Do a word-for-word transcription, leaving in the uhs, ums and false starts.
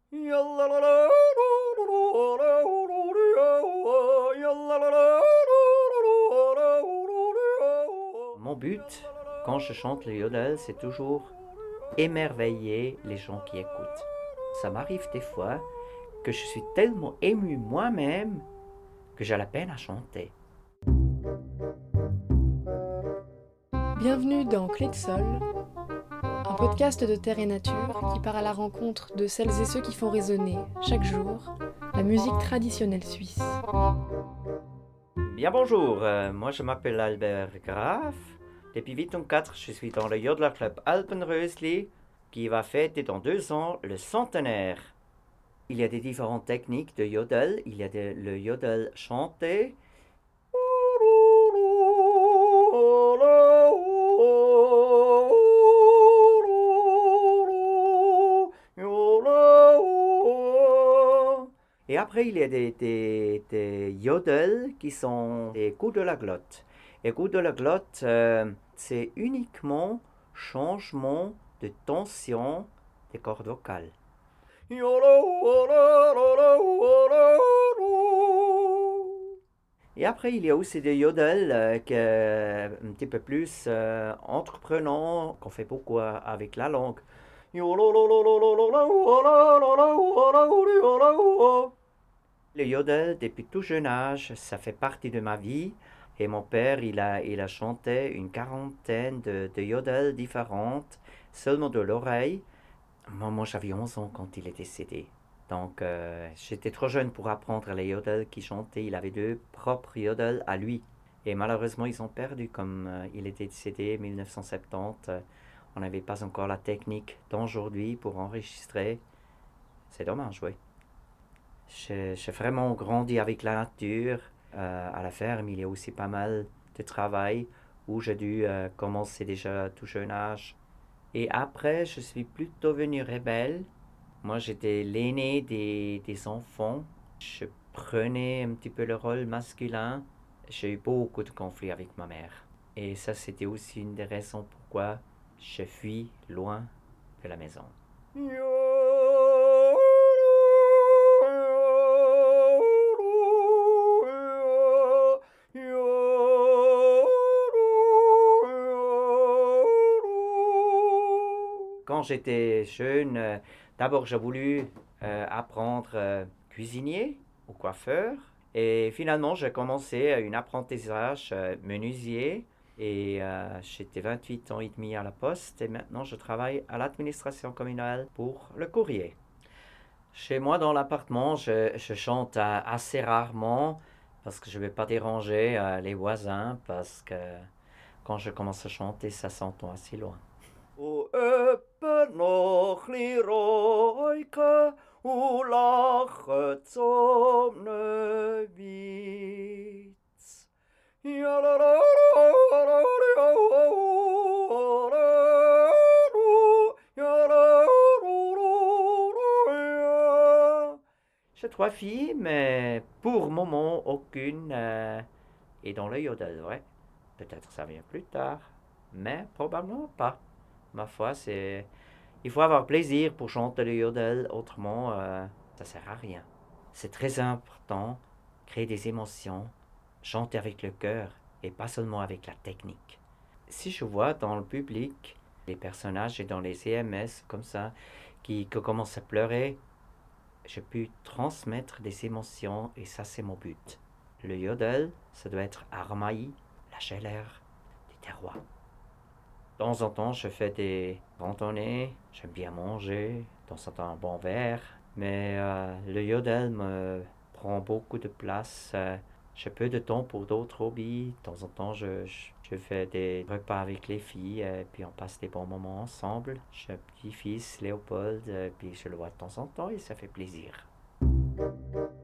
Mon but, quand je chante le yodel, c'est toujours émerveiller les gens qui écoutent. Ça m'arrive des fois que je suis tellement ému moi-même que j'ai la peine à chanter. Bienvenue dans Clé de Sol, un podcast de terre et nature qui part à la rencontre de celles et ceux qui font résonner, chaque jour, la musique traditionnelle suisse. Bien bonjour, euh, moi je m'appelle Albert Graf. Depuis quatre, je suis dans le Jodler Club Alpenrösli qui va fêter dans deux ans le centenaire. Il y a des différentes techniques de yodel. Il y a de, le yodel chanté. Et après, il y a des, des, des yodels qui sont des coups de la glotte. Et coups de la glotte, euh, c'est uniquement changement de tension des cordes vocales. Et après, il y a aussi des yodels euh, que, un petit peu plus euh, entreprenants, qu'on fait beaucoup avec la langue. Le yodel, depuis tout jeune âge, ça fait partie de ma vie. Et mon père, il a, il a chanté une quarantaine de, de yodels différentes, seulement de l'oreille. Moi, moi j'avais onze ans quand il est décédé. Donc, euh, j'étais trop jeune pour apprendre les yodels qu'il chantait. Il avait deux propres yodels à lui. Et malheureusement, ils ont perdu. Comme euh, il était décédé en dix-neuf cent soixante-dix, euh, on n'avait pas encore la technique d'aujourd'hui pour enregistrer. C'est dommage, oui. J'ai, j'ai vraiment grandi avec la nature. Euh, à la ferme, il y a aussi pas mal de travail où j'ai dû euh, commencer déjà à tout jeune âge. Et après, je suis plutôt venu rebelle. Moi, j'étais l'aîné des, des enfants. Je prenais un petit peu le rôle masculin. J'ai eu beaucoup de conflits avec ma mère. Et ça, c'était aussi une des raisons pourquoi je fuis loin de la maison. Quand j'étais jeune, euh, d'abord j'ai voulu euh, apprendre euh, cuisinier ou coiffeur. Et finalement, j'ai commencé un apprentissage euh, menuisier. Et euh, j'étais vingt-huit ans et demi à la poste. Et maintenant, je travaille à l'administration communale pour le courrier. Chez moi, dans l'appartement, je, je chante euh, assez rarement parce que je ne vais pas déranger euh, les voisins. Parce que quand je commence à chanter, ça s'entend assez loin. O öppen noch liroike, u lachet zum Witz. J'ai trois filles, mais pour le moment, aucune euh, est dans le yodel, ouais. Peut-être ça vient plus tard, mais probablement pas. Ma foi, c'est... Il faut avoir plaisir pour chanter le yodel, autrement, euh, ça sert à rien. C'est très important, créer des émotions, chanter avec le cœur et pas seulement avec la technique. Si je vois dans le public les personnages et dans les C M S comme ça, qui, qui commencent à pleurer, je peux transmettre des émotions et ça c'est mon but. Le yodel, ça doit être Armaï, la chaleur des terroirs. De temps en temps, je fais des randonnées, j'aime bien manger, de temps en temps un bon verre, mais euh, le yodel me prend beaucoup de place. Euh, j'ai peu de temps pour d'autres hobbies. De temps en temps, je, je, je fais des repas avec les filles, et puis on passe des bons moments ensemble. J'ai un petit-fils, Léopold, et puis je le vois de temps en temps et ça fait plaisir.